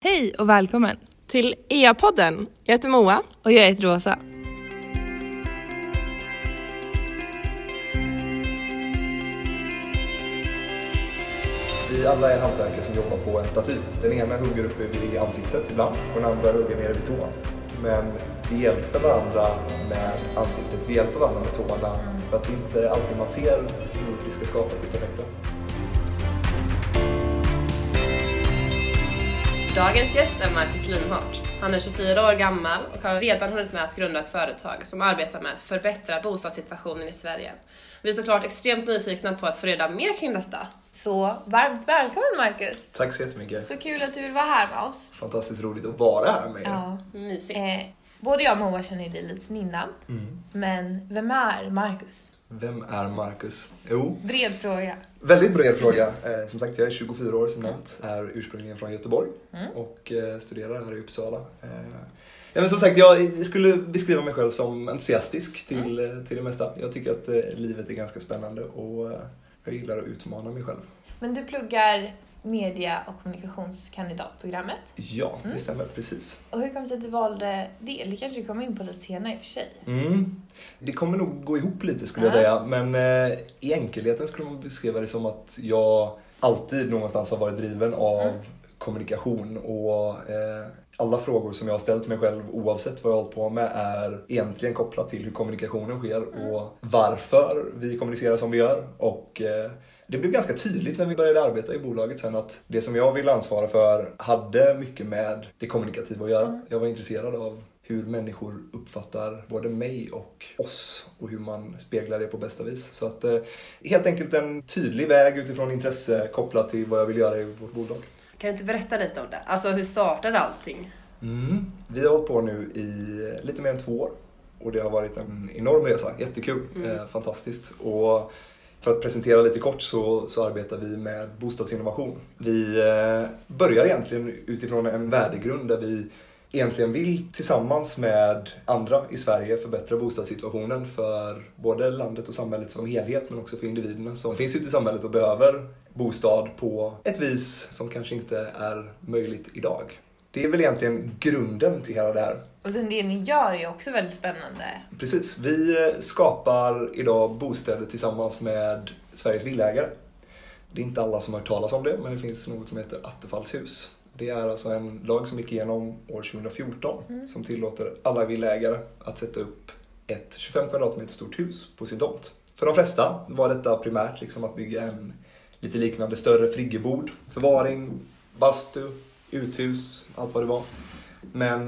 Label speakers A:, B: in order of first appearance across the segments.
A: Hej och välkommen
B: till EA-podden. Jag heter Moa.
A: Och jag heter Rosa.
C: Vi alla är hantverkare som jobbar på en staty. Den ena hugger uppe vid ansiktet ibland och den andra hugger nere vid tån. Men vi hjälper varandra med ansiktet, vi hjälper varandra med tårna. För att det inte alltid man ser hur vi ska skapa det perfekta.
B: Dagens gäst är Marcus Linhart. Han är 24 år gammal och har redan hunnit med att grunda ett företag som arbetar med att förbättra bostadssituationen i Sverige. Vi är såklart extremt nyfikna på att få reda mer kring detta.
A: Så varmt välkommen Marcus.
C: Tack så jättemycket.
A: Så kul att du vill vara här med oss.
C: Fantastiskt roligt att vara här med er.
A: Ja.
B: Mysigt.
A: Både jag och Moa känner dig lite sen innan. Men vem är Marcus?
C: Vem är Marcus? Jo,
A: Bred fråga.
C: väldigt bred fråga. Som sagt, jag är 24 år som nämnt. Är ursprungligen från Göteborg och studerar här i Uppsala. Ja, men som sagt, jag skulle beskriva mig själv som entusiastisk till det mesta. Jag tycker att livet är ganska spännande och jag gillar att utmana mig själv.
A: Men du pluggar media- och kommunikationskandidatprogrammet.
C: Ja, det stämmer precis.
A: Och hur kom det sig att du valde det? Det kanske du kommer in på lite senare i och för sig.
C: Det kommer nog gå ihop lite skulle jag säga. Men i enkelheten skulle man beskriva det som att jag alltid någonstans har varit driven av kommunikation och alla frågor som jag har ställt mig själv oavsett vad jag har hållit på med är egentligen kopplat till hur kommunikationen sker och varför vi kommunicerar som vi gör. Och det blev ganska tydligt när vi började arbeta i bolaget sen att det som jag ville ansvara för hade mycket med det kommunikativa att göra. Jag var intresserad av hur människor uppfattar både mig och oss och hur man speglar det på bästa vis. Så att helt enkelt en tydlig väg utifrån intresse kopplat till vad jag vill göra i vårt bolag.
B: Kan du inte berätta lite om det? Alltså hur startade allting?
C: Vi har hållit på nu i lite mer än 2 år och det har varit en enorm resa, jättekul, fantastiskt. Och för att presentera lite kort så arbetar vi med bostadsinnovation. Vi börjar egentligen utifrån en värdegrund där vi egentligen vill tillsammans med andra i Sverige förbättra bostadssituationen för både landet och samhället som helhet men också för individerna som finns ute i samhället och behöver bostad på ett vis som kanske inte är möjligt idag. Det är väl egentligen grunden till hela det här.
A: Och sen det ni gör är också väldigt spännande.
C: Precis, vi skapar idag bostäder tillsammans med Sveriges villaägare. Det är inte alla som har hört talas om det, men det finns något som heter attefallshus. Det är alltså en lag som gick igenom år 2014 som tillåter alla villaägare att sätta upp ett 25 kvadratmeter stort hus på sin tomt. För de flesta var detta primärt liksom att bygga en lite liknande större friggebod, förvaring, bastu, uthus, allt vad det var. Men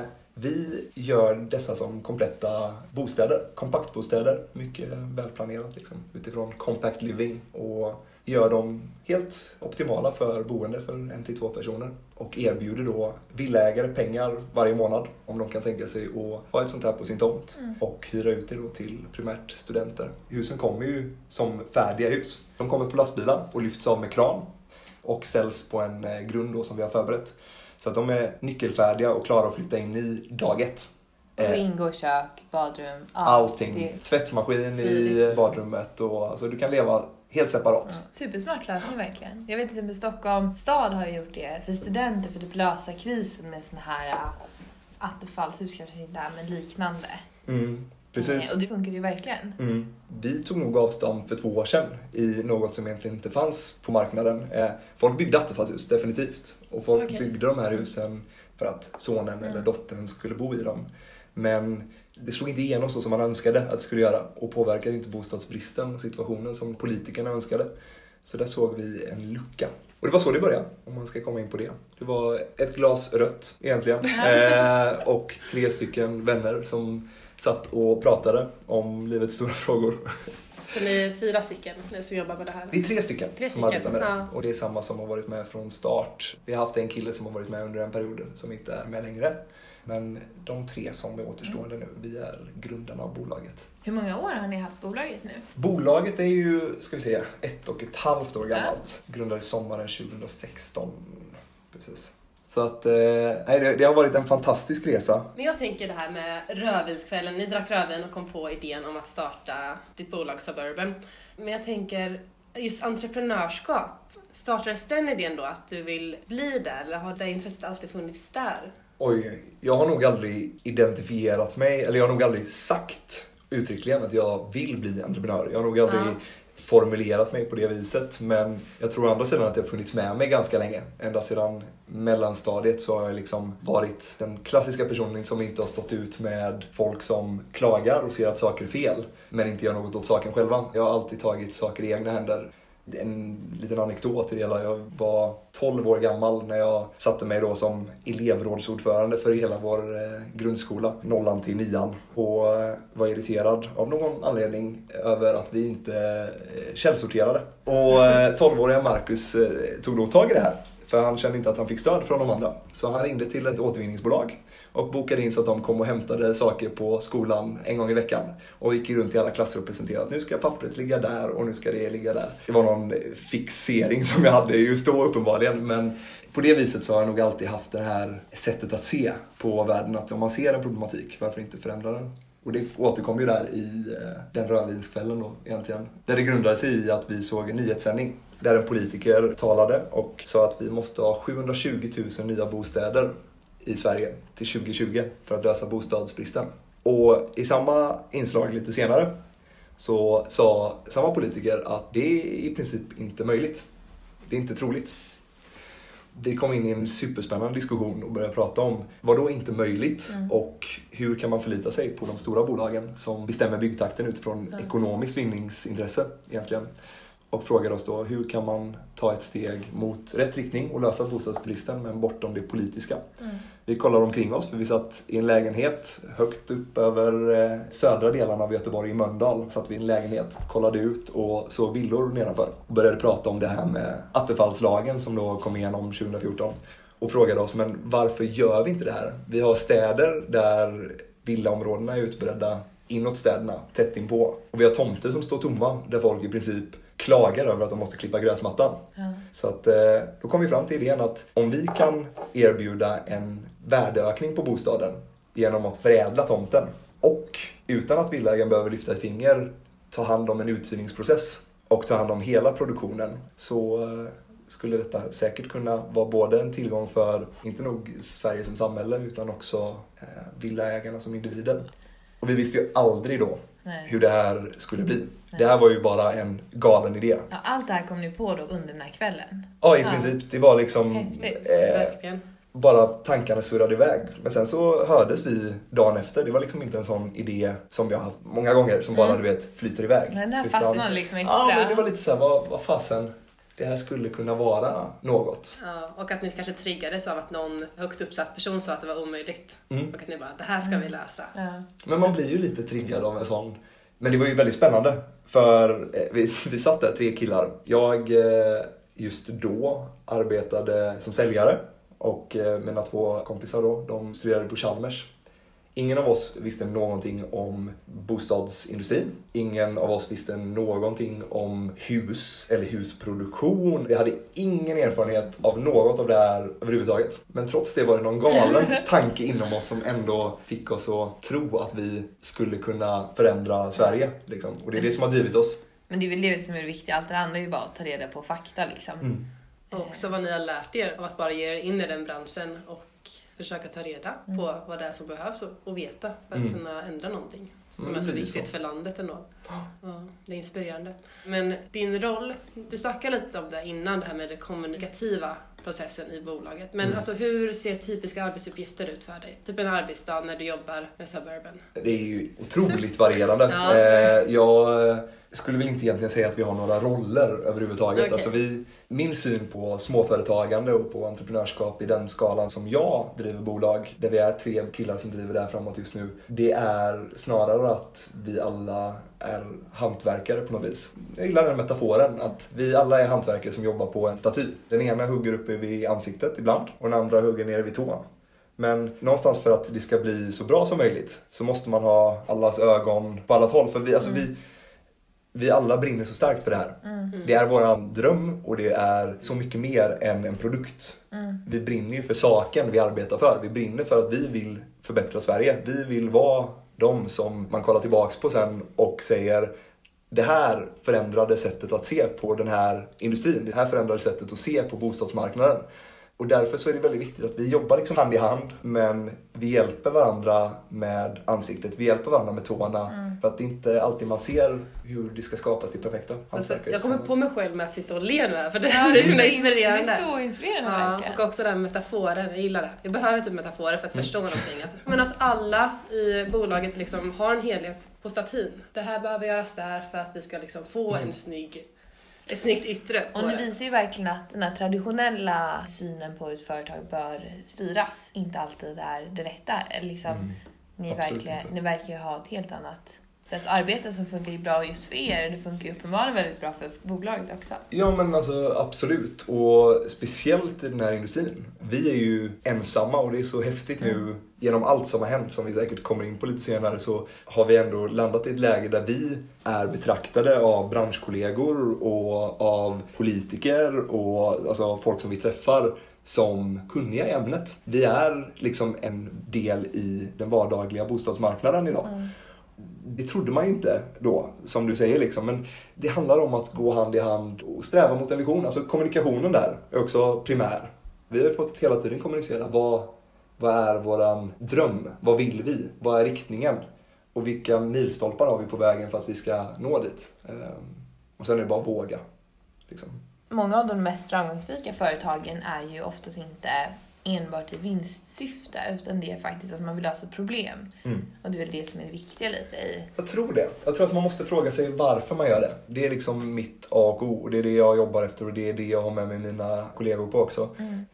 C: vi gör dessa som kompletta bostäder, kompaktbostäder, mycket välplanerat liksom, utifrån compact living och gör dem helt optimala för boende för 1-2 personer och erbjuder då villägare pengar varje månad om de kan tänka sig att ha ett sånt här på sin tomt och hyra ut det då till primärt studenter. Husen kommer ju som färdiga hus. De kommer på lastbilar och lyfts av med kran och ställs på en grund då som vi har förberett. Så att de är nyckelfärdiga och klara att flytta in i dag 1.
A: Och då ingår kök, badrum,
C: allting. Tvättmaskin i badrummet och alltså, du kan leva helt separat.
A: Supersmart lösning verkligen. Jag vet inte om Stockholm stad har gjort det för studenter för att lösa krisen med såna här attefallshus kanske inte är men liknande.
C: Precis.
A: Och det funkar ju verkligen.
C: Vi tog nog avstånd för 2 år sedan i något som egentligen inte fanns på marknaden. Folk byggde attefallshus, definitivt. Och folk byggde de här husen för att sonen eller dottern skulle bo i dem. Men det slog inte igenom så som man önskade att det skulle göra. Och påverkade inte bostadsbristen och situationen som politikerna önskade. Så där såg vi en lucka. Och det var så det började, om man ska komma in på det. Det var ett glas rött egentligen. Och 3 stycken vänner som satt och pratade om livets stora frågor.
B: Så ni är 4 stycken som jobbar med det här?
C: Vi är 3 stycken som arbetar med det. Och det är samma som har varit med från start. Vi har haft en kille som har varit med under en period som inte är med längre. Men de 3 som är återstående nu, vi är grundarna av bolaget.
A: Hur många år har ni haft bolaget nu?
C: Bolaget är ju, ska vi säga, 1,5 år gammalt. Grundades sommaren 2016. Precis. Så att det har varit en fantastisk resa.
B: Men jag tänker det här med rödvinskvällen. Ni drack rödvin och kom på idén om att starta ditt bolag Suburban. Men jag tänker just entreprenörskap. startades den idén då att du vill bli där, eller har det intresset alltid funnits där?
C: Oj, jag har nog aldrig identifierat mig, eller jag har nog aldrig sagt uttryckligen att jag vill bli entreprenör. Jag har nog aldrig formulerat mig på det viset, men jag tror å andra sidan att det har funnits med mig ganska länge. Ända sedan mellanstadiet så har jag liksom varit den klassiska personen som inte har stått ut med folk som klagar och ser att saker är fel, men inte gör något åt saken själva. Jag har alltid tagit saker i egna händer. En liten anekdot i det hela. Jag var 12 år gammal när jag satte mig då som elevrådsordförande för hela vår grundskola, 0 till 9, och var irriterad av någon anledning över att vi inte källsorterade. Och 12-åriga Marcus tog då tag i det här, för han kände inte att han fick stöd från de andra. Så han ringde till ett återvinningsbolag och bokade in så att de kom och hämtade saker på skolan en gång i veckan. Och gick runt i alla klasser och presenterade att nu ska pappret ligga där och nu ska det ligga där. Det var någon fixering som jag hade just då uppenbarligen. Men på det viset så har jag nog alltid haft det här sättet att se på världen. Att om man ser en problematik, varför inte förändra den? Och det återkom ju där i den rödvinskvällen då egentligen. Där det grundade sig i att vi såg en nyhetssändning. Där en politiker talade och sa att vi måste ha 720 000 nya bostäder i Sverige till 2020 för att lösa bostadsbristen. Och i samma inslag lite senare så sa samma politiker att det är i princip inte möjligt. Det är inte troligt. Vi kom in i en superspännande diskussion och började prata om vad då inte möjligt och hur kan man förlita sig på de stora bolagen som bestämmer byggtakten utifrån ekonomiskt vinningsintresse egentligen. Och frågade oss då, hur kan man ta ett steg mot rätt riktning och lösa bostadsbristen men bortom det politiska. Vi kollade omkring oss, för vi satt i en lägenhet högt upp över södra delarna av Göteborg i Mölndal. Satt vi i en lägenhet, kollade ut och såg villor nedanför. Och började prata om det här med attefallslagen som då kom igenom 2014. Och frågade oss, men varför gör vi inte det här? Vi har städer där villaområdena är utbredda inåt städerna, tätt inpå. Och vi har tomter som står tomma där folk i princip klagar över att de måste klippa gräsmattan. Så att då kom vi fram till idén att om vi kan erbjuda en värdeökning på bostaden genom att förädla tomten och utan att villaägaren behöver lyfta ett finger ta hand om en uthyrningsprocess och ta hand om hela produktionen, så skulle detta säkert kunna vara både en tillgång för inte nog Sverige som samhälle utan också villaägarna som individer. Och vi visste ju aldrig då hur det här skulle bli. Det här var ju bara en galen idé.
A: Ja, allt det här kom ni på då under den här kvällen?
C: Ja, i princip. Det var liksom bara tankarna surrade iväg. Men sen så hördes vi dagen efter. Det var liksom inte en sån idé som jag har haft många gånger som bara, du vet, flyter iväg.
A: Men den här fastnade liksom extra.
C: Ja, men det var lite så här, vad fasen, det här skulle kunna vara något.
B: Ja, och att ni kanske triggades av att någon högt uppsatt person sa att det var omöjligt. Och att ni bara, det här ska vi lösa.
A: Ja.
C: Men man blir ju lite triggad av en sån. Men det var ju väldigt spännande. För vi satt där 3 killar. Jag just då arbetade som säljare. Och mina 2 kompisar då, de studerade på Chalmers. Ingen av oss visste någonting om bostadsindustrin. Ingen av oss visste någonting om hus eller husproduktion. Vi hade ingen erfarenhet av något av det här överhuvudtaget. Men trots det var det någon galen tanke inom oss som ändå fick oss att tro att vi skulle kunna förändra Sverige. Liksom. Och det är det som har drivit oss.
A: Men det är väl det som är det viktiga. Allt det andra är ju bara att ta reda på fakta liksom.
B: Och också vad ni har lärt er av att bara ge er in i den branschen och försöka ta reda på vad det är som behövs och veta för att kunna ändra någonting. Som är så viktigt för landet ändå. Ja, det är inspirerande. Men din roll, du snackade lite om det innan, det här med den kommunikativa processen i bolaget. Men alltså, hur ser typiska arbetsuppgifter ut för dig? Typ en arbetsdag när du jobbar med Suburban.
C: Det är ju otroligt varierande. Jag skulle väl inte egentligen säga att vi har några roller överhuvudtaget.
B: Okay.
C: Alltså min syn på småföretagande och på entreprenörskap i den skalan som jag driver bolag, där vi är 3 killar som driver det här framåt just nu, det är snarare att vi alla är hantverkare på något vis. Jag gillar den metaforen, att vi alla är hantverkare som jobbar på en staty. Den ena hugger uppe vid ansiktet ibland och den andra hugger ner vid tån. Men någonstans för att det ska bli så bra som möjligt så måste man ha allas ögon på alla håll. För vi alla brinner så starkt för det här. Det är våran dröm och det är så mycket mer än en produkt. Vi brinner ju för saken vi arbetar för. Vi brinner för att vi vill förbättra Sverige. Vi vill vara de som man kollar tillbaks på sen och säger, Det här förändrade sättet att se på den här industrin. Det här förändrade sättet att se på bostadsmarknaden. Och därför så är det väldigt viktigt att vi jobbar liksom hand i hand, men vi hjälper varandra med ansiktet, vi hjälper varandra med tårna. För att det inte alltid man ser hur det ska skapas till perfekta hantverkare.
B: Jag kommer på mig själv med att sitta och le nu, för det
A: Ja,
B: är så inspirerande.
A: Det är så inspirerande verkligen.
B: Och också den metaforen, jag gillar det. Jag behöver typ metaforer för att förstå någonting. Men att alla i bolaget liksom har en helhet på statyn. Det här behöver göras där för att vi ska liksom få ett snyggt yttre på
A: Och det
B: det.
A: visar ju verkligen att den här traditionella synen på hur ett företag bör styras inte alltid är det rätta. Liksom, ni verkar ju ha ett helt annat sätt att arbeta som funkar ju bra just för er. Det funkar ju uppenbarligen väldigt bra för bolaget också.
C: Ja, men alltså absolut. Och speciellt i den här industrin. Vi är ju ensamma och det är så häftigt nu. Genom allt som har hänt, som vi säkert kommer in på lite senare, så har vi ändå landat i ett läge där vi är betraktade av branschkollegor och av politiker och alltså folk som vi träffar som kunniga i ämnet. Vi är liksom en del i den vardagliga bostadsmarknaden idag. Det trodde man ju inte då, som du säger liksom. Men det handlar om att gå hand i hand och sträva mot en vision. Alltså kommunikationen där är också primär. Vi har fått hela tiden kommunicera. Vad är våran dröm? Vad vill vi? Vad är riktningen? Och vilka milstolpar har vi på vägen för att vi ska nå dit? Och sen är det bara att våga. Liksom.
A: Många av de mest framgångsrika företagen är ju oftast inte enbart i vinstsyfte, utan det är faktiskt att man vill lösa problem. Och det är väl det som är det viktiga lite i...
C: Jag tror det. Jag tror att man måste fråga sig varför man gör det. Det är liksom mitt A och O, och det är det jag jobbar efter och det är det jag har med mig mina kollegor på också.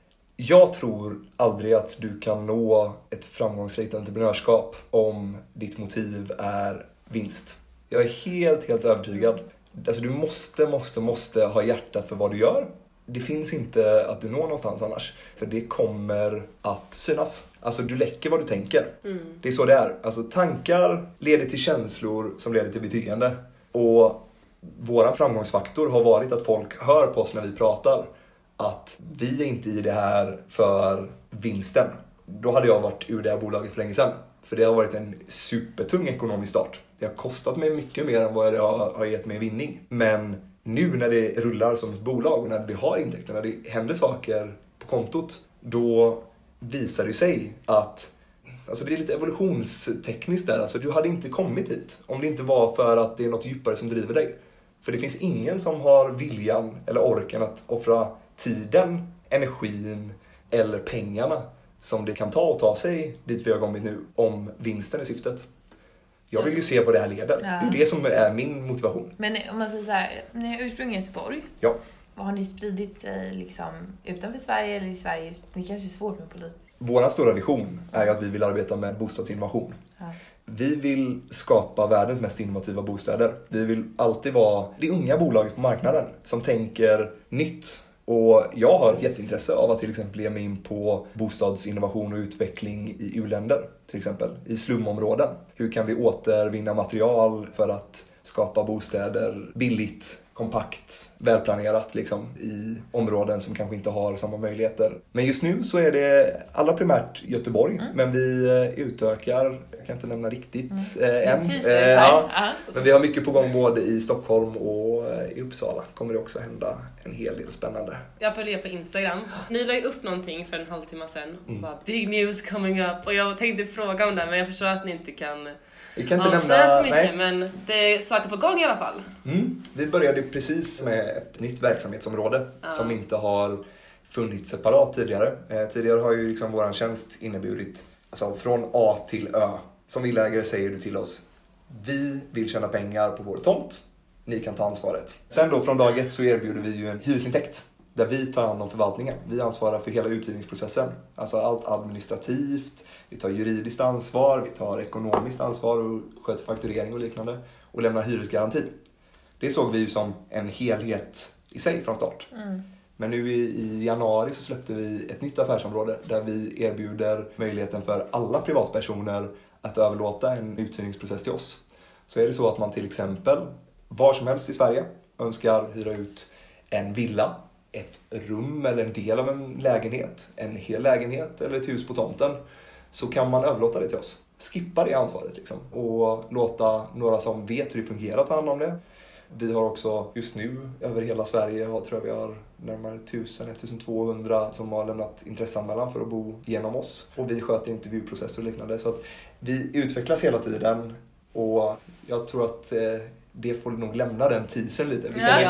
C: Jag tror aldrig att du kan nå ett framgångsrikt entreprenörskap om ditt motiv är vinst. Jag är helt övertygad. Alltså du måste ha hjärta för vad du gör. Det finns inte att du når någonstans annars. För det kommer att synas. Alltså du läcker vad du tänker. Det är så det är. Alltså tankar leder till känslor som leder till beteende. Och våran framgångsfaktor har varit att folk hör på oss när vi pratar. Att vi är inte i det här för vinsten. Då hade jag varit ur det här bolaget för länge sedan. För det har varit en supertung ekonomisk start. Det har kostat mig mycket mer än vad det har gett mig vinning. Men nu när det rullar som ett bolag och när vi har intäkter, när det händer saker på kontot, då visar det sig att alltså det är lite evolutionstekniskt där. Alltså du hade inte kommit hit om det inte var för att det är något djupare som driver dig. För det finns ingen som har viljan eller orken att offra tiden, energin eller pengarna som det kan ta sig dit vi har kommit nu om vinsten är syftet. Jag vill ju se vad det här leder. Ja. Det är det som är min motivation.
A: Men om man säger så här, ni är ursprungligen i Göteborg.
C: Ja.
A: Har ni spridit sig liksom utanför Sverige eller i Sverige? Det kanske är svårt med politiskt.
C: Vår stora vision är att vi vill arbeta med bostadsinnovation. Ja. Vi vill skapa världens mest innovativa bostäder. Vi vill alltid vara det unga bolaget på marknaden som tänker nytt. Och jag har ett jätteintresse av att till exempel ge mig in på bostadsinnovation och utveckling i u-länder. Till exempel i slumområden. Hur kan vi återvinna material för att skapa bostäder billigt, kompakt, välplanerat liksom, i områden som kanske inte har samma möjligheter. Men just nu så är det alla primärt Göteborg, men vi utökar, jag kan inte nämna riktigt än. Men vi har mycket på gång både i Stockholm och i Uppsala. Kommer det också hända en hel del spännande.
B: Jag följer på Instagram. Ni la ju upp någonting för en halvtimme sedan. Bara, big news coming up. Och jag tänkte fråga om det, men jag förstår att ni inte kan...
C: Vi kan inte nämna
B: så mycket, men det är saker på gång i alla fall.
C: Vi började precis med ett nytt verksamhetsområde som inte har funnits separat tidigare. Tidigare har ju liksom våran tjänst inneburit alltså från A till Ö. Som villägare säger du till oss, vi vill tjäna pengar på vår tomt, ni kan ta ansvaret. Sen då från dag 1 så erbjuder vi ju en hyresintäkt. Där vi tar hand om förvaltningen. Vi ansvarar för hela uthyrningsprocessen. Alltså allt administrativt. Vi tar juridiskt ansvar. Vi tar ekonomiskt ansvar och sköter fakturering och liknande. Och lämnar hyresgaranti. Det såg vi ju som en helhet i sig från start. Men nu i januari så släppte vi ett nytt affärsområde. Där vi erbjuder möjligheten för alla privatpersoner att överlåta en uthyrningsprocess till oss. Så är det så att man till exempel var som helst i Sverige önskar hyra ut en villa, ett rum eller en del av en lägenhet, en hel lägenhet eller ett hus på tomten, så kan man överlåta det till oss. Skippa det ansvaret liksom, och låta några som vet hur det fungerar ta hand om det. Vi har också just nu över hela Sverige tror jag vi har närmare 1000-1200 som har lämnat intresseanmälan för att bo genom oss. Och vi sköter intervjuprocesser och liknande. Så att vi utvecklas hela tiden och jag tror att det får nog lämna den teasern lite.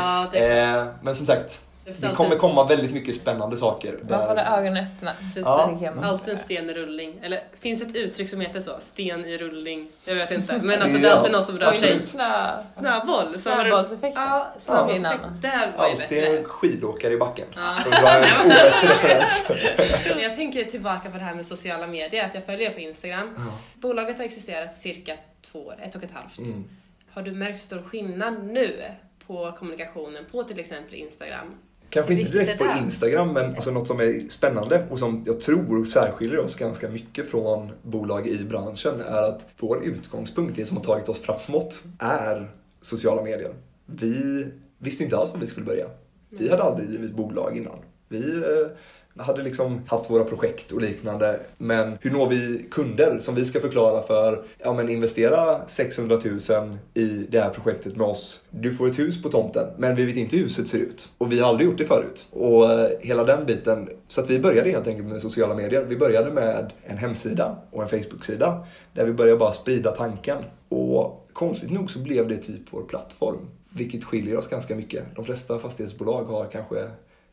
C: Men som sagt, det kommer komma väldigt mycket spännande saker.
A: Man får ha ögonen öppna.
B: Alltid en sten i rullning. Eller finns ett uttryck som heter så? Sten i rullning. Jag vet inte. Men alltså det är alltid någon som rör sig. Snöboll.
A: Snöbollseffekt.
B: Ja, snöbollseffekt. Där var ju bättre.
C: Det är en skidåkare i backen. För att dra en OS-referens.
B: Jag tänker tillbaka på det här med sociala medier. Att jag följer på Instagram. Bolaget har existerat cirka 2 år, 1,5. Har du märkt stor skillnad nu på kommunikationen på till exempel Instagram?
C: Kanske inte direkt på Instagram, men alltså något som är spännande och som jag tror särskiljer oss ganska mycket från bolag i branschen är att vår utgångspunkt, det som har tagit oss framåt, är sociala medier. Vi visste inte alls vad vi skulle börja. Vi hade aldrig drivit bolag innan. Vi hade liksom haft våra projekt och liknande. Men hur når vi kunder som vi ska förklara för? Ja, men investera 600 000 i det här projektet med oss. Du får ett hus på tomten, men vi vet inte hur huset ser ut. Och vi har aldrig gjort det förut. Och hela den biten. Så att vi började helt enkelt med sociala medier. Vi började med en hemsida och en Facebook-sida. Där vi började bara sprida tanken. Och konstigt nog så blev det typ vår plattform. Vilket skiljer oss ganska mycket. De flesta fastighetsbolag har kanske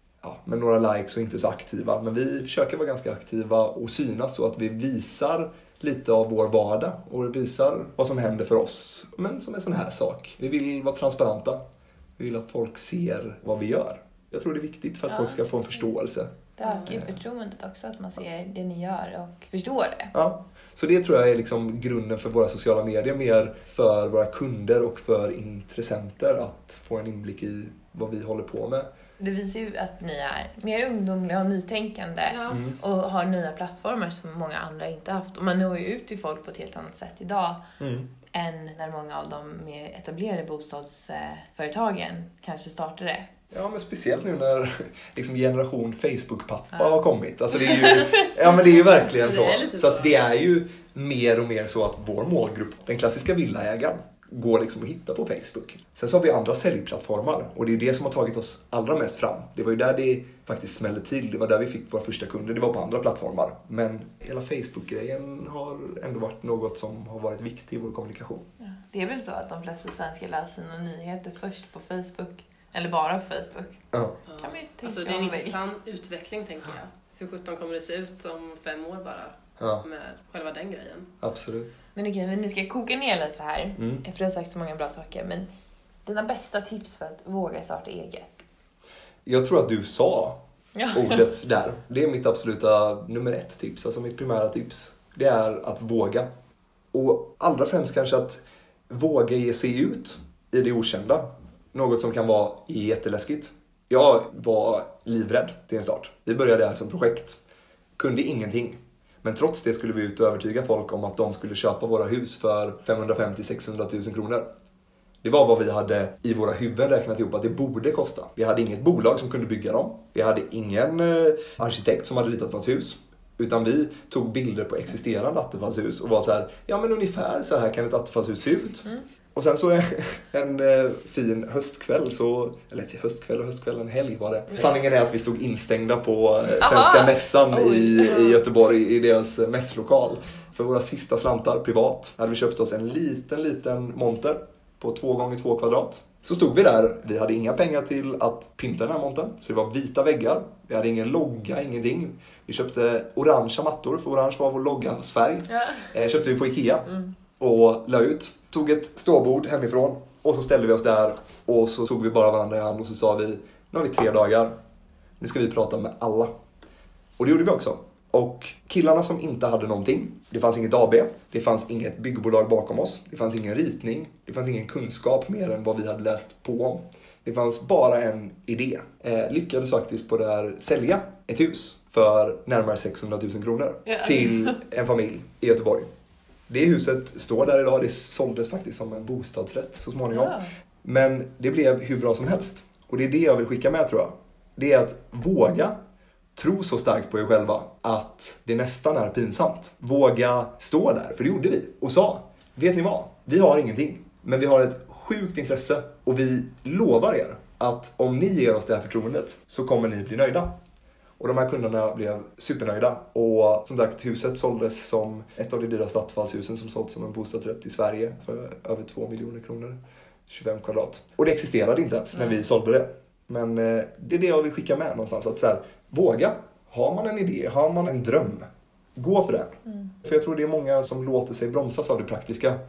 C: med några likes och inte så aktiva. Men vi försöker vara ganska aktiva och synas så att vi visar lite av vår vardag. Och visar vad som händer för oss. Men som en sån här sak. Vi vill vara transparenta. Vi vill att folk ser vad vi gör. Jag tror det är viktigt för att folk ska få en förståelse.
A: Det ökar ju förtroendet också, att man ser det ni gör och förstår det.
C: Ja, så det tror jag är liksom grunden för våra sociala medier. Mer för våra kunder och för intressenter att få en inblick i vad vi håller på med.
A: Det visar ju att ni är mer ungdomliga och nytänkande och har nya plattformar som många andra inte haft. Och man når ju ut till folk på ett helt annat sätt idag än när många av de mer etablerade bostadsföretagen kanske startade.
C: Ja, men speciellt nu när liksom generation Facebook-pappa har kommit. Alltså det är ju, men det är ju verkligen så. Så att det är ju mer och mer så att vår målgrupp, den klassiska villaägaren, går liksom att hitta på Facebook. Sen så har vi andra säljplattformar och det är det som har tagit oss allra mest fram. Det var ju där det faktiskt smällde till. Det var där vi fick våra första kunder. Det var på andra plattformar. Men hela Facebook-grejen har ändå varit något som har varit viktigt i vår kommunikation.
A: Ja. Det är väl så att de flesta svenskar läser sina nyheter först på Facebook. Eller bara på Facebook.
C: Ja.
A: Kan man ju
B: alltså det är en intressant utveckling, tänker jag. Hur 17 kommer det se ut om 5 år bara med själva den grejen?
C: Absolut.
A: Men okej, ni ska koka ner lite här. För du har sagt så många bra saker. Men dina bästa tips för att våga starta eget?
C: Jag tror att du sa ordet där. Det är mitt absoluta nummer 1 tips. Alltså mitt primära tips. Det är att våga. Och allra främst kanske att våga ge sig ut i det okända. Något som kan vara jätteläskigt. Jag var livrädd till en start. Vi började här som projekt. Kunde ingenting. Men trots det skulle vi ut och övertyga folk om att de skulle köpa våra hus för 550-600 000 kronor. Det var vad vi hade i våra huvuden räknat ihop att det borde kosta. Vi hade inget bolag som kunde bygga dem. Vi hade ingen arkitekt som hade ritat något hus. Utan vi tog bilder på existerande attefallshus och var så här, men ungefär så här kan ett attefallshus se ut. Och sen så en fin höstkväll, en helg var det. Sanningen är att vi stod instängda på Svenska mässan i Göteborg i deras mässlokal. För våra sista slantar privat hade vi köpt oss en liten monter på 2x2 kvadrat. Så stod vi där, vi hade inga pengar till att pynta den här montern. Så det var vita väggar, vi hade ingen logga, ingenting. Vi köpte orangea mattor, för orange var vår loggans färg. Köpte vi på Ikea och la ut. Tog ett ståbord hemifrån och så ställde vi oss där. Och så tog vi bara varandra i hand och så sa vi, nu har vi 3 dagar. Nu ska vi prata med alla. Och det gjorde vi också. Och killarna som inte hade någonting, det fanns inget AB, det fanns inget byggbolag bakom oss, det fanns ingen ritning, det fanns ingen kunskap mer än vad vi hade läst på om. Det fanns bara en idé. Lyckades faktiskt på det här sälja ett hus för närmare 600 000 kronor till en familj i Göteborg. Det huset står där idag, det såldes faktiskt som en bostadsrätt så småningom. Men det blev hur bra som helst. Och det är det jag vill skicka med, tror jag. Det är att våga tro så starkt på er själva att det nästan är pinsamt. Våga stå där, för det gjorde vi. Och sa, vet ni vad? Vi har ingenting. Men vi har ett sjukt intresse. Och vi lovar er att om ni ger oss det här förtroendet så kommer ni bli nöjda. Och de här kunderna blev supernöjda. Och som sagt, huset såldes som ett av de dyraste attefallshusen som sålts som en bostadsrätt i Sverige för över 2 miljoner kronor. 25 kvadrat. Och det existerade inte ens när vi sålde det. Men det är det jag vill skicka med någonstans. Att så här, våga. Har man en idé, har man en dröm, gå för den. För jag tror det är många som låter sig bromsas av det praktiska.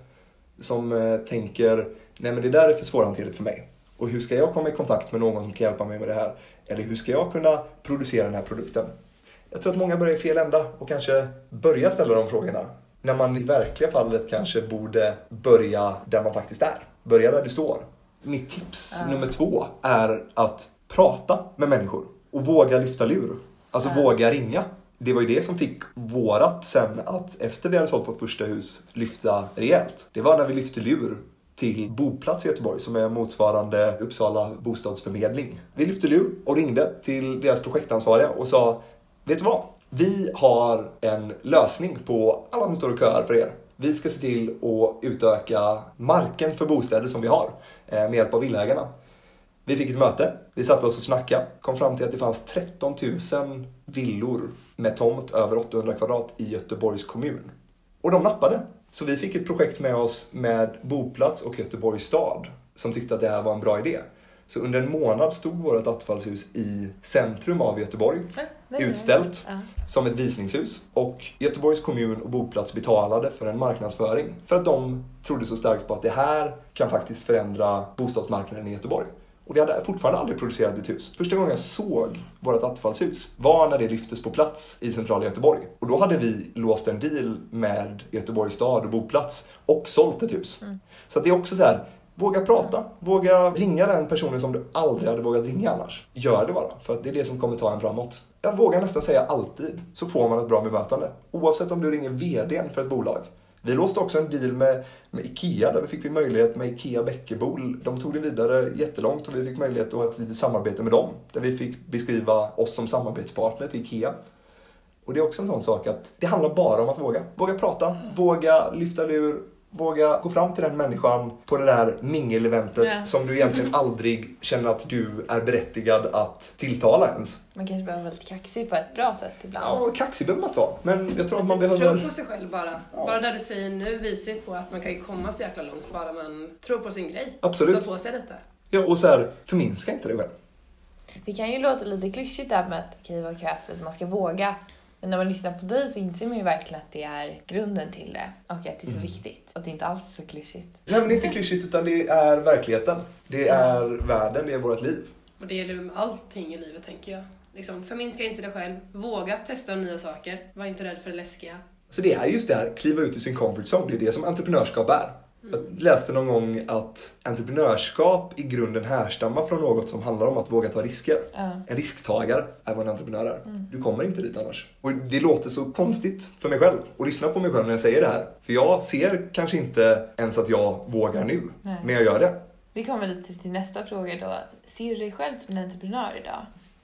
C: Som tänker, nej men det där är för svårhanterligt för mig. Och hur ska jag komma i kontakt med någon som kan hjälpa mig med det här? Eller hur ska jag kunna producera den här produkten? Jag tror att många börjar i fel ända och kanske börja ställa de frågorna. När man i verkliga fallet kanske borde börja där man faktiskt är. Börja där du står. Mitt tips nummer 2 är att prata med människor. Och våga lyfta lur. Alltså våga ringa. Det var ju det som fick vårat sen att efter vi hade sålt vårt första hus lyfta rejält. Det var när vi lyfte lur till Boplats i Göteborg som är motsvarande Uppsala bostadsförmedling. Vi lyfte lur och ringde till deras projektansvariga och sa, vet du vad? Vi har en lösning på alla som står och köar för er. Vi ska se till att utöka marken för bostäder som vi har med hjälp av villaägarna. Vi fick ett möte, vi satte oss och snackade, kom fram till att det fanns 13 000 villor med tomt över 800 kvadrat i Göteborgs kommun. Och de nappade. Så vi fick ett projekt med oss med Boplats och Göteborgs stad som tyckte att det här var en bra idé. Så under en månad stod vårt attefallshus i centrum av Göteborg, utställt som ett visningshus. Och Göteborgs kommun och Boplats betalade för en marknadsföring. För att de trodde så starkt på att det här kan faktiskt förändra bostadsmarknaden i Göteborg. Och vi hade fortfarande aldrig producerat ett hus. Första gången jag såg vårt attefallshus var när det lyftes på plats i centrala Göteborg. Och då hade vi låst en deal med Göteborgs stad och Boplats och sålt ett hus. Så att det är också så här, våga prata. Våga ringa den personen som du aldrig hade vågat ringa annars. Gör det bara, för att det är det som kommer ta en framåt. Jag vågar nästan säga alltid så får man ett bra bemötande. Oavsett om du ringer vdn för ett bolag. Vi låste också en deal med IKEA där vi fick möjlighet med IKEA Bäckebol. De tog det vidare jättelångt och vi fick möjlighet att ha ett litet samarbete med dem. Där vi fick beskriva oss som samarbetspartner till IKEA. Och det är också en sån sak att det handlar bara om att våga. Våga prata, våga lyfta lur, våga gå fram till den människan på det där mingeleventet som du egentligen aldrig känner att du är berättigad att tilltala ens.
A: Man kanske behöver vara lite kaxig på ett bra sätt ibland.
C: Ja, kaxig behöver man inte vara. Men jag tror att man
B: behöver...
C: behöver...
B: Tro på sig själv bara. Ja. Bara där du säger nu visar på att man kan komma så jäkla långt bara man tror på sin grej.
C: Absolut.
B: Så på sig detta.
C: Ja, och så här, förminska inte det själv.
A: Det kan ju låta lite klyschigt där med att okej, vad krävs att man ska våga. Men när man lyssnar på dig så inser man ju verkligen att det är grunden till det. Och att det är så viktigt. Och det är inte alls så klyschigt.
C: Nej, men det är inte klyschigt utan det är verkligheten. Det är världen, det är vårt liv.
B: Och det gäller med allting i livet tänker jag. Liksom, förminska inte dig själv. Våga testa nya saker. Var inte rädd för det läskiga.
C: Så det är just det här, kliva ut i sin comfort zone. Det är det som entreprenörskap är. Jag läste någon gång att entreprenörskap i grunden härstammar från något som handlar om att våga ta risker. En risktagare är vad en entreprenör är. Du kommer inte dit annars. Och det låter så konstigt för mig själv att lyssna på mig själv när jag säger det här. För jag ser kanske inte ens att jag vågar nu. Men jag gör det.
A: Vi kommer lite till nästa fråga då. Ser du dig själv som en entreprenör idag?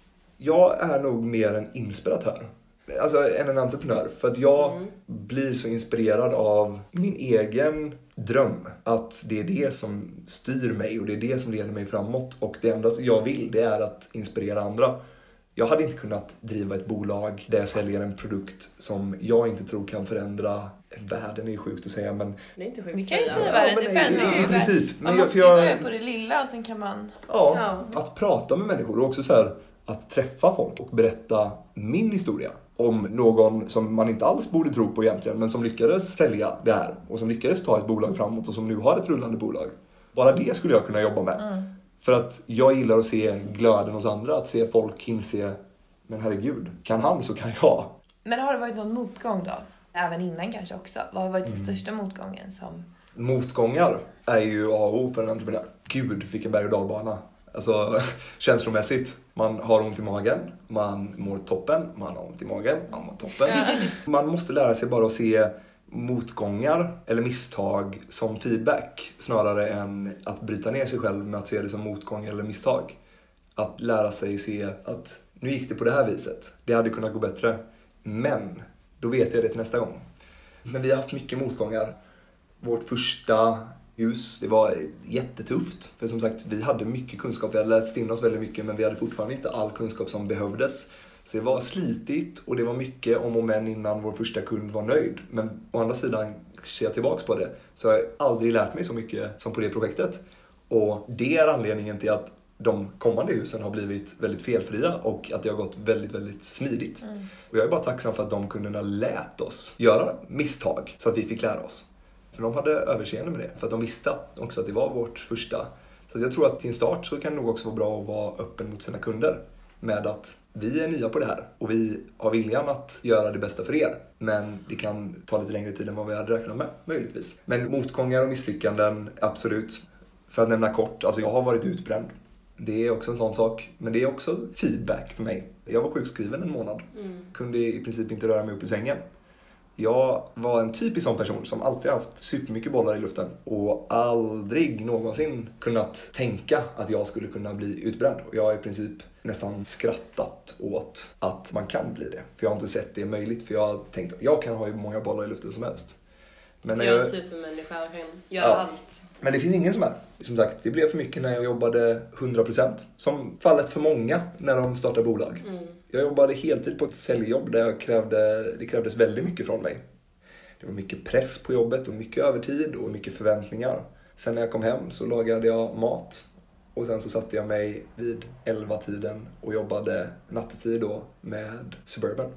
C: Jag är nog mer en inspiratör. Alltså än en entreprenör. För att jag blir så inspirerad av min egen dröm. Att det är det som styr mig och det är det som leder mig framåt. Och det enda jag vill det är att inspirera andra. Jag hade inte kunnat driva ett bolag där jag säljer en produkt som jag inte tror kan förändra världen. Är ju sjukt att säga, men...
B: Det är inte sjukt
A: vi kan ju säga världen, det förändrar ju
C: princip.
A: Man måste ju börja på det lilla och sen kan man...
C: Ja, att prata med människor och också så här, att träffa folk och berätta min historia. Om någon som man inte alls borde tro på egentligen, men som lyckades sälja det här. Och som lyckades ta ett bolag framåt och som nu har ett rullande bolag. Bara det skulle jag kunna jobba med. För att jag gillar att se glöden hos andra. Att se folk inse, men herregud, kan han så kan jag.
A: Men har det varit någon motgång då? Även innan kanske också. Vad har varit den största motgången som...
C: Motgångar är ju A och O för en entreprenör. Gud, vilken berg- och dalbana. Alltså känslomässigt. Man har ont i magen, man mår toppen, man har ont i magen, man mår toppen. Man måste lära sig bara att se motgångar eller misstag som feedback snarare än att bryta ner sig själv med att se det som motgång eller misstag. Att lära sig se att nu gick det på det här viset, det hade kunnat gå bättre, men då vet jag det till nästa gång. Men vi har haft mycket motgångar. Vårt första hus. Det var jättetufft. För som sagt, vi hade mycket kunskap. Vi hade läst in oss väldigt mycket, men vi hade fortfarande inte all kunskap som behövdes. Så det var slitigt och det var mycket om och men innan vår första kund var nöjd. Men å andra sidan, ser jag tillbaka på det, så har jag aldrig lärt mig så mycket som på det projektet. Och det är anledningen till att de kommande husen har blivit väldigt felfria och att det har gått väldigt, väldigt smidigt. Och jag är bara tacksam för att de kunderna lät oss göra misstag så att vi fick lära oss. För de hade överseende med det, för att de visste också att det var vårt första. Så jag tror att till en start så kan det nog också vara bra att vara öppen mot sina kunder. Med att vi är nya på det här och vi har viljan att göra det bästa för er. Men det kan ta lite längre tid än vad vi hade räknat med, möjligtvis. Men motgångar och misslyckanden, absolut. För att nämna kort, alltså jag har varit utbränd. Det är också en sån sak. Men det är också feedback för mig. Jag var sjukskriven en månad. Kunde i princip inte röra mig upp i sängen. Jag var en typisk sån person som alltid haft supermycket bollar i luften. Och aldrig någonsin kunnat tänka att jag skulle kunna bli utbränd. Och jag har i princip nästan skrattat åt att man kan bli det. För jag har inte sett det möjligt. För jag har tänkt att jag kan ha hur många bollar i luften som helst. Men
B: jag är en supermänniska och kan göra allt.
C: Men det finns ingen som är. Som sagt, det blev för mycket när jag jobbade 100%. Som fallet för många när de startar bolag. Jag jobbade heltid på ett säljjobb där det krävdes väldigt mycket från mig. Det var mycket press på jobbet och mycket övertid och mycket förväntningar. Sen när jag kom hem så lagade jag mat. Och sen så satte jag mig vid 11-tiden och jobbade nattetid då med Suburban.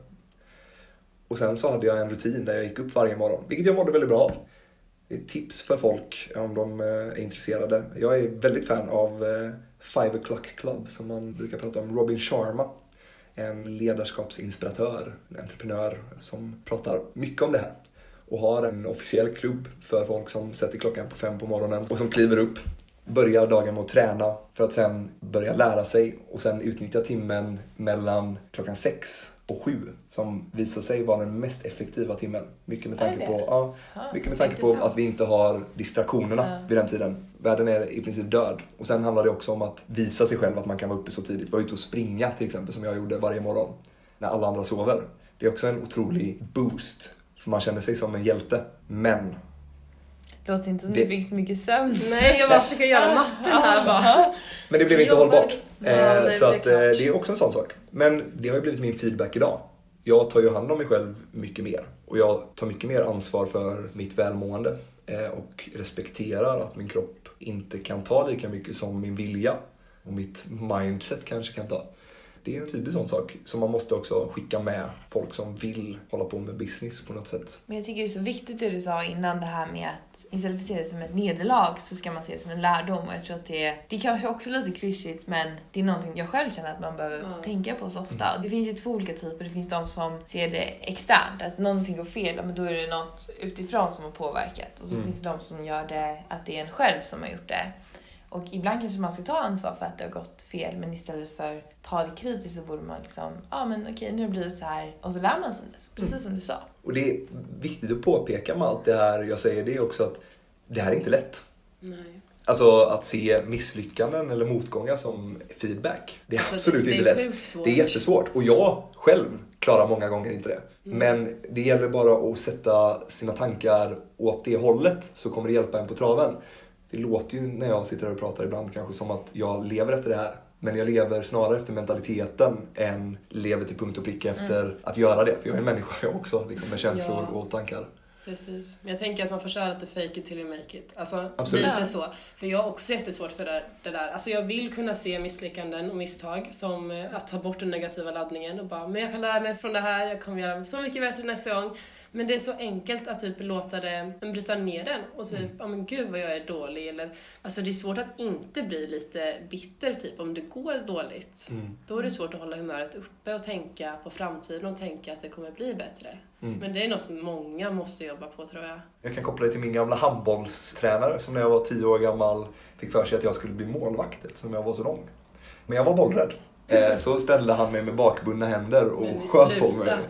C: Och sen så hade jag en rutin där jag gick upp varje morgon, vilket jag mådde väldigt bra av. Det är tips för folk om de är intresserade. Jag är väldigt fan av 5 o'clock club som man brukar prata om. Robin Sharma, en ledarskapsinspiratör, en entreprenör som pratar mycket om det här. Och har en officiell klubb för folk som sätter klockan på 5 på morgonen och som kliver upp. Börjar dagen med att träna för att sen börja lära sig och sen utnyttja timmen mellan klockan 6 och 7 som visar sig vara den mest effektiva timmen. Mycket med tanke på att vi inte har distraktionerna vid den tiden. Världen är i princip död. Och sen handlar det också om att visa sig själv att man kan vara uppe så tidigt. Vara ute och springa till exempel som jag gjorde varje morgon när alla andra sover. Det är också en otrolig boost. För man känner sig som en hjälte. Men
A: låter inte som du fick så mycket sömn.
B: Nej, jag bara försöker göra matten här bara.
C: Men det blev inte hållbart. Så att det är också en sån sak. Men det har ju blivit min feedback idag. Jag tar ju hand om mig själv mycket mer. Och jag tar mycket mer ansvar för mitt välmående. Och respekterar att min kropp inte kan ta lika mycket som min vilja. Och mitt mindset kanske kan ta. Det är en typisk sån sak som man måste också skicka med folk som vill hålla på med business på något sätt.
A: Men jag tycker det är så viktigt det du sa innan, det här med att istället för att se det som ett nederlag så ska man se det som en lärdom. Och jag tror att det är kanske också lite klyschigt, men det är någonting jag själv känner att man behöver tänka på så ofta. Och det finns ju 2 olika typer. Det finns de som ser det externt, att någonting går fel, men då är det något utifrån som har påverkat. Och så finns det de som gör det, att det är en själv som har gjort det. Och ibland kanske man ska ta ansvar för att det har gått fel, men istället för att ta det kritiskt så borde man liksom, men okej, nu har det blivit så här. Och så lär man sig det, precis som du sa.
C: Och det är viktigt att påpeka med allt det här jag säger, det är också att det här är inte lätt.
B: Nej.
C: Alltså att se misslyckanden eller motgångar som feedback. Det är absolut inte lätt. Det är jättesvårt. Och jag själv klarar många gånger inte det. Men det gäller bara att sätta sina tankar åt det hållet, så kommer det hjälpa en på traven. Det låter ju när jag sitter och pratar ibland kanske som att jag lever efter det här. Men jag lever snarare efter mentaliteten än lever till punkt och pricka efter att göra det. För jag är en människa jag också, liksom, med känslor och tankar.
B: Precis. Men jag tänker att man får köra lite fake it till you make it. Alltså,
C: absolut.
B: Lite så. För jag har också jättesvårt för det där. Alltså jag vill kunna se misslyckanden och misstag som att ta bort den negativa laddningen och bara, men jag kan lära mig från det här, jag kommer göra så mycket bättre nästa gång. Men det är så enkelt att typ låta det bryta ner den och typ, men gud vad jag är dålig. Eller, alltså det är svårt att inte bli lite bitter typ om det går dåligt. Då är det svårt att hålla humöret uppe och tänka på framtiden och tänka att det kommer bli bättre. Men det är något som många måste jobba på, tror jag. Jag
C: kan koppla det till min gamla handbollstränare som när jag var 10 år gammal fick för sig att jag skulle bli målvakt eftersom jag var så lång. Men jag var bollrädd. Så ställde han mig med bakbundna händer och sköt på mig.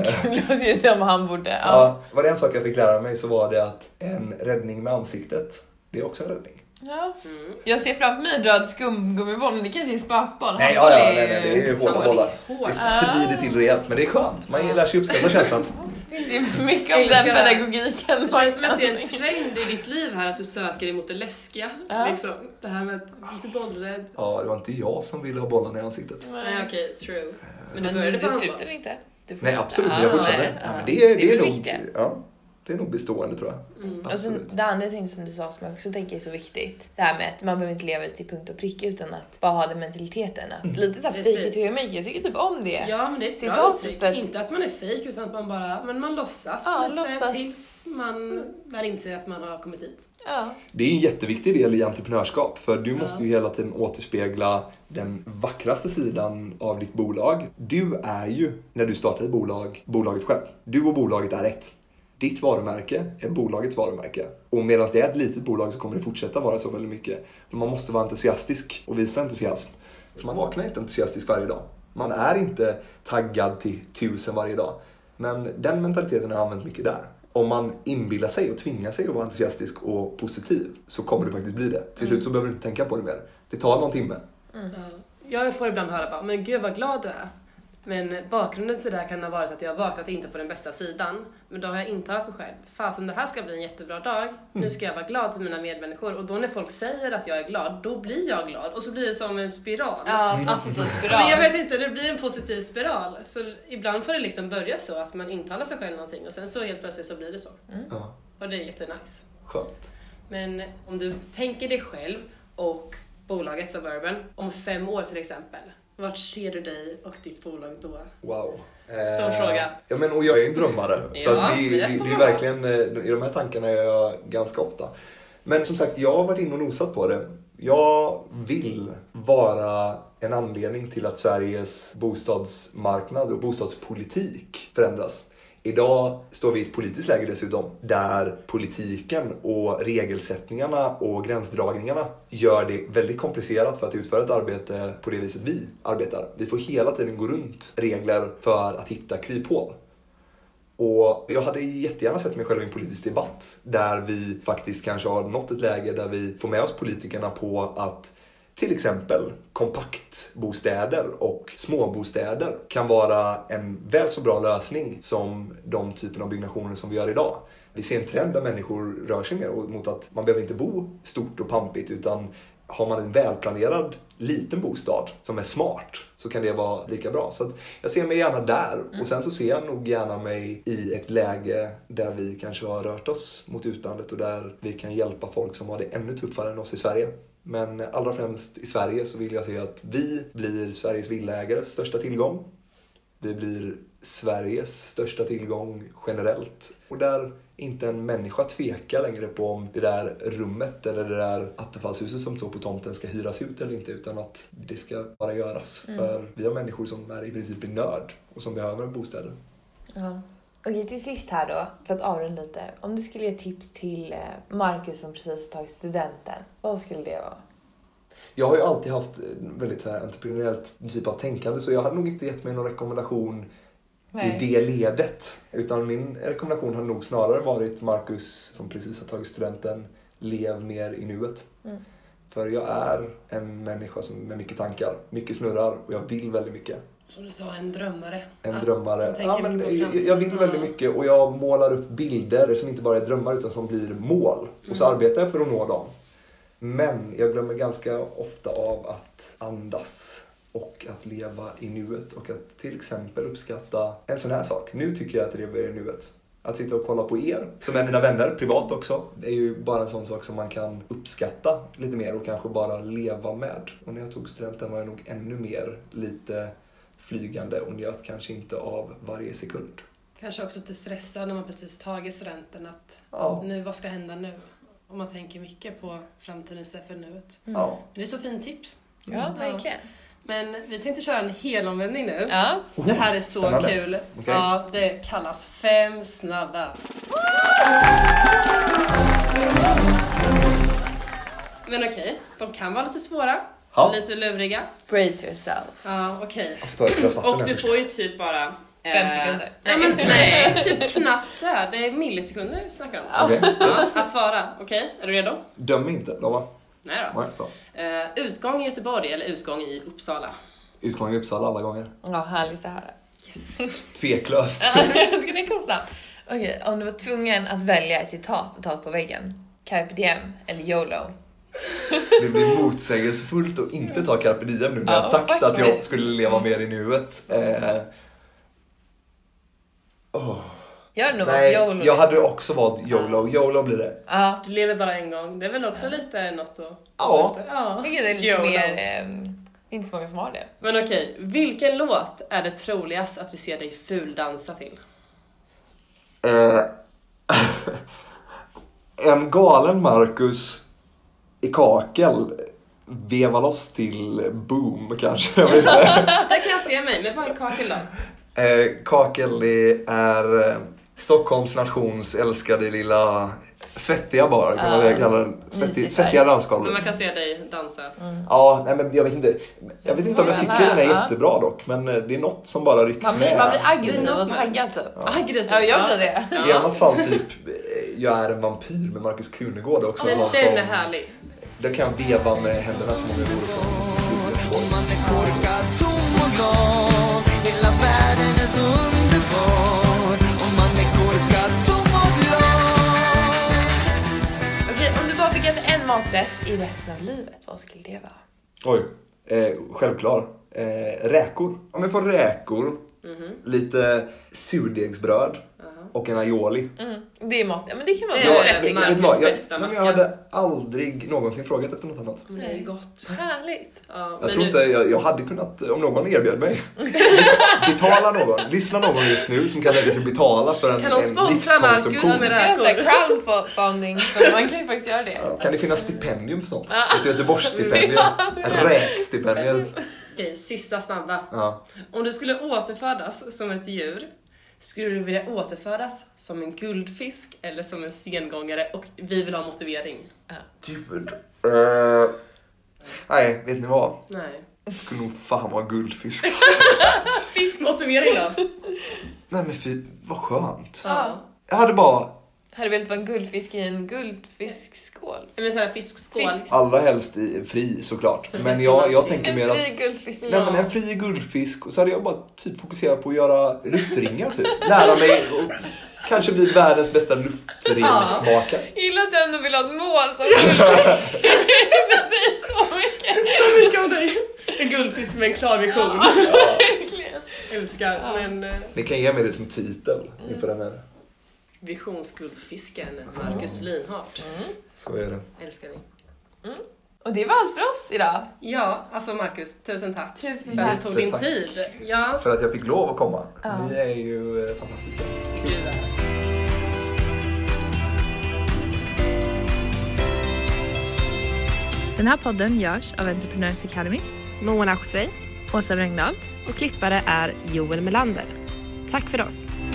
A: Det ser som han borde.
C: Ja, var det en sak jag fick lära mig så var det att en räddning med ansiktet, det är också en räddning.
A: Ja. Jag ser framför mig röd skumgummiboll, men det kanske är spökboll.
C: Nej, det är hårda bollar. Det svider till rejält, men det är skönt. Man lär sig uppskatta känslan.
A: Det finns Det är mycket om den pedagogiken.
B: Det känns som jag ser en trend i ditt liv här att du söker emot det läskiga. Liksom. Det här med lite bollrädd.
C: Ja, det var inte jag som ville ha bollarna i ansiktet.
B: Nej, okej, true.
A: Men du slutar inte?
C: Nej, absolut. Jag fortsätter. Ja, men det är nog, det är nog bestående, tror jag.
A: Och sen det andra ting som du sa som jag också tänker är så viktigt. Det här med att man behöver inte leva till punkt och prick utan att bara ha den mentaliteten. Att lite så här fake it till make. Jag tycker typ om det.
B: Ja, men det är ett bra uttryck. Inte att man är fake utan att man bara, men man låtsas lite tills man väl inser att man har kommit dit.
A: Ja.
C: Det är en jätteviktig del i entreprenörskap. För du måste ju hela tiden återspegla den vackraste sidan av ditt bolag. Du är ju, när du startar ett bolag, bolaget själv. Du och bolaget är ett. Ditt varumärke är bolagets varumärke. Och medan det är ett litet bolag så kommer det fortsätta vara så väldigt mycket. För man måste vara entusiastisk och visa entusiasm. För man vaknar inte entusiastisk varje dag. Man är inte taggad till 1000 varje dag. Men den mentaliteten har jag använt mycket där. Om man inbillar sig och tvingar sig att vara entusiastisk och positiv så kommer du faktiskt bli det. Till slut så behöver du inte tänka på det mer. Det tar någon timme.
B: Jag får ibland höra bara, men gud vad glad du är. Men bakgrunden till det där kan ha varit att jag har vaknat inte på den bästa sidan. Men då har jag intalat mig själv. Fasen, det här ska bli en jättebra dag. Nu ska jag vara glad till mina medmänniskor. Och då när folk säger att jag är glad, då blir jag glad. Och så blir det som en spiral.
A: Ja, positiv spiral.
B: Men jag vet inte, det blir en positiv spiral. Så ibland får det liksom börja så att man intalar sig själv någonting. Och sen så helt plötsligt så blir det så. Och det är jättenice.
C: Skönt.
B: Men om du tänker dig själv och bolaget Suburban om 5 år till exempel. Vart ser du dig och ditt bolag då?
C: Wow.
B: Stor fråga.
C: Ja, men och jag är en drömmare. Så att det är verkligen, i de här tankarna är jag ganska ofta. Men som sagt, jag har varit in och nosat på det. Jag vill vara en anledning till att Sveriges bostadsmarknad och bostadspolitik förändras. Idag står vi i ett politiskt läge dessutom där politiken och regelsättningarna och gränsdragningarna gör det väldigt komplicerat för att utföra ett arbete på det viset vi arbetar. Vi får hela tiden gå runt regler för att hitta kryphål. Och jag hade jättegärna sett mig själv i en politisk debatt där vi faktiskt kanske har nått ett läge där vi får med oss politikerna på att till exempel kompaktbostäder och småbostäder kan vara en väl så bra lösning som de typen av byggnationer som vi gör idag. Vi ser en trend där människor rör sig mer mot att man behöver inte bo stort och pampigt, utan har man en välplanerad liten bostad som är smart så kan det vara lika bra. Så att jag ser mig gärna där, och sen så ser jag nog gärna mig i ett läge där vi kanske har rört oss mot utlandet och där vi kan hjälpa folk som har det ännu tuffare än oss i Sverige. Men allra främst i Sverige så vill jag säga att vi blir Sveriges villaägares största tillgång. Vi blir Sveriges största tillgång generellt. Och där inte en människa tvekar längre på om det där rummet eller det där attefallshuset som står på tomten ska hyras ut eller inte, utan att det ska bara göras. För vi har människor som är i princip i nöd och som behöver bostäder.
A: Ja. Okej, till sist här då, för att avrunda lite. Om du skulle ge tips till Marcus som precis har tagit studenten, vad skulle det vara?
C: Jag har ju alltid haft väldigt så här entreprenöriellt typ av tänkande, så jag hade nog inte gett mig någon rekommendation i det ledet. Utan min rekommendation har nog snarare varit Marcus som precis har tagit studenten, lev mer i nuet. För jag är en människa som med mycket tankar, mycket snurrar, och jag vill väldigt mycket.
B: Som du sa, en drömmare.
C: En drömmare. Ja, men jag vill väldigt mycket, och jag målar upp bilder som inte bara är drömmar utan som blir mål. Och så arbetar jag för att nå dem. Men jag glömmer ganska ofta av att andas och att leva i nuet, och att till exempel uppskatta en sån här sak. Nu tycker jag att jag lever i nuet. Att sitta och kolla på er, som är mina vänner, privat också. Det är ju bara en sån sak som man kan uppskatta lite mer och kanske bara leva med. Och när jag tog studenten var jag nog ännu mer lite flygande och njöt kanske inte av varje sekund.
B: Kanske också lite stressad när man precis tagit studenten, att nu, vad ska hända nu? Och man tänker mycket på framtiden istället för nuet.
C: Ja.
B: Det är så fint tips.
A: Ja, verkligen.
B: Men vi tänkte köra en helomvändning nu.
A: Ja.
B: Det här är så kul.
C: Okay.
B: Ja, det kallas 5 snabba. Men okej, de kan vara lite svåra. Lite luriga.
A: Brace yourself.
B: Ja, okej.
C: Och
B: du får ju typ bara
A: 5 sekunder.
B: Nej, typ knappt där. Det är millisekunder vi snackar om.
C: Okay.
B: Att svara. Okej, är du redo?
C: Döm inte, lova.
B: Nej då. Utgång i Göteborg eller utgång i Uppsala?
C: Utgång i Uppsala alla gånger.
A: Ja, härligt att höra.
B: Yes.
C: Tveklöst.
A: Det kom snabbt. Okej, om du var tvungen att välja ett citat att ta på väggen. Carpe diem eller YOLO?
C: Det blir motsägelsefullt att inte ta carpe diem nu när jag sagt
A: faktiskt.
C: att jag skulle leva mer i nuet.
A: Jag hade nog
C: Nej,
A: valt YOLO.
C: jag hade också valt YOLO. YOLO blir det.
A: Ja,
B: Du lever bara en gång. Det är väl också lite något att...
C: Ja.
A: vilket är lite
B: YOLO.
A: mer... inte så många som har det.
B: Men okej, vilken låt är det troligast att vi ser dig fuldansa till?
C: En galen Marcus i kakel veva loss till boom kanske. Jag vet inte.
B: Där kan jag se mig, men vad är kakel då?
C: Kakel är Stockholms nations älskade lilla svettiga bar kan man kalla den. Svettiga dansgolvet.
B: Men man kan se dig dansa.
C: Ja, nej men jag vet inte om jag tycker den är jättebra dock, men det är något som bara rycks
A: Man blir aggressiv och taggad typ.
B: Aggressiv.
A: Ja, jag blir det.
C: I annat fall typ Jag är en vampyr med Marcus Krunegård också.
B: Men den är härlig.
C: Där kan jag veva med händerna som om jag vore från
D: Man är korkad, tom och glad. Hela världen är så underbar. Och man är korkad, tom och glad.
A: Okej, om du bara fick äta en maträtt i resten av livet, vad skulle det vara?
C: Oj, självklar. Räkor. Om jag får räkor, lite surdegsbröd och en aioli.
A: Det är mat. Ja, men det kan vara
B: Det
A: bra
B: är
A: rätt liksom.
B: Marcus bästa
C: jag
B: macka.
C: hade aldrig någonsin frågat efter något annat.
B: Det är gott.
A: Härligt.
B: Ja,
C: Jag tror inte jag hade kunnat, om någon erbjöd mig, betala någon. Lyssna någon just nu som kan lägga sig betala för
B: Kan de sponsra Marcus
C: livskonsumtion.
B: med
A: Det finns
B: räkor?
A: crowdfunding, så man kan ju faktiskt göra det.
C: Kan det finnas stipendium för sånt? Ett Göteborgsstipendium. Räkstipendiet.
B: Okej, sista snabba.
C: Ja.
B: Om du skulle återfödas som ett djur, skulle du vilja återfödas som en guldfisk eller som en sengångare? Och vi vill ha motivering.
C: Gud. Nej, vet ni vad?
B: Nej.
C: Jag skulle nog fan vara guldfisk.
B: Motivering då?
C: Nej men fy, vad skönt.
B: Ja.
C: Jag hade bara
A: Hade velat vara en guldfisk i en guldfiskskål.
B: Eller sån här fiskskål.
A: Fisk.
C: allra helst i fri såklart.
B: Så det
C: Men
B: är
C: jag
B: som
C: tänker
A: En
C: mer att
A: fri guldfisk.
C: nej, men en fri guldfisk, och så hade jag bara typ fokuserat på att göra luftringar typ. Lära mig och kanske bli världens bästa luftringsmakare.
A: Gillar att du ändå vill ha ett mål som guldfisk. Det säger så mycket.
B: Så mycket om dig. En guldfisk med en klar vision.
A: Verkligen.
B: Älskar. Men
C: Ni kan ge mig det som titel inför den här.
B: visionsguldfisken Marcus Linhart.
C: Så är det.
B: Älskar vi.
A: Och det var allt för oss idag.
B: Ja, alltså Marcus, tusen tack.
A: Tusen
B: För att
A: tack.
B: du tog din
C: Tack.
B: tid. Ja.
C: För att jag fick lov att komma. Ni är ju fantastiska.
B: Du är.
E: Den här podden görs av Entrepreneurs Academy,
B: Moa Nachtvei
E: Åsa Brängdahl.
B: och klippare är Joel Melander. Tack för oss.